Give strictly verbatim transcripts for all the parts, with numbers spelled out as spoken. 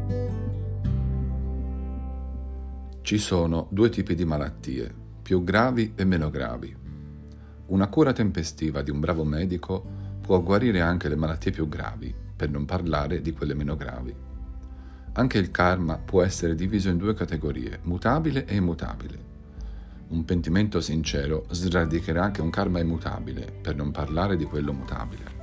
Ci sono due tipi di malattie, più gravi e meno gravi. Una cura tempestiva di un bravo medico può guarire anche le malattie più gravi, per non parlare di quelle meno gravi. Anche il karma può essere diviso in due categorie, mutabile e immutabile. Un pentimento sincero sradicherà anche un karma immutabile, per non parlare di quello mutabile.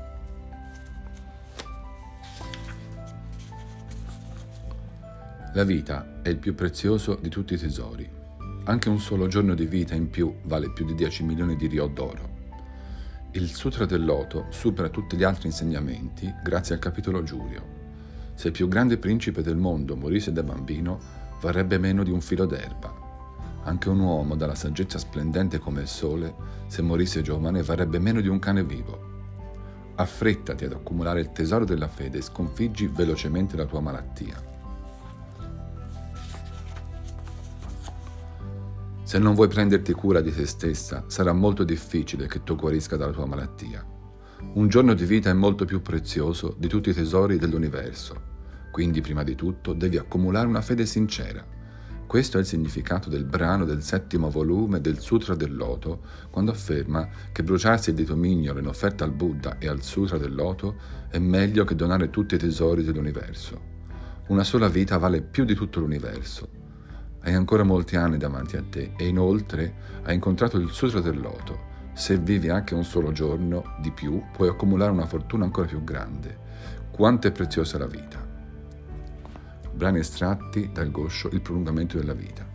La vita è il più prezioso di tutti i tesori. Anche un solo giorno di vita in più vale più di dieci milioni di ryo d'oro. Il Sutra del Loto supera tutti gli altri insegnamenti grazie al capitolo Giurio. Se il più grande principe del mondo morisse da bambino, varrebbe meno di un filo d'erba. Anche un uomo dalla saggezza splendente come il sole, se morisse giovane, varrebbe meno di un cane vivo. Affrettati ad accumulare il tesoro della fede e sconfiggi velocemente la tua malattia. Se non vuoi prenderti cura di te stessa, sarà molto difficile che tu guarisca dalla tua malattia. Un giorno di vita è molto più prezioso di tutti i tesori dell'universo, quindi prima di tutto devi accumulare una fede sincera. Questo è il significato del brano del settimo volume del Sutra del Loto, quando afferma che bruciarsi il dito mignolo in offerta al Buddha e al Sutra del Loto è meglio che donare tutti i tesori dell'universo. Una sola vita vale più di tutto l'universo. Hai ancora molti anni davanti a te e inoltre hai incontrato il Sutra del Loto. Se vivi anche un solo giorno di più, puoi accumulare una fortuna ancora più grande. Quanto è preziosa la vita! Brani estratti dal Gosho Il prolungamento della vita.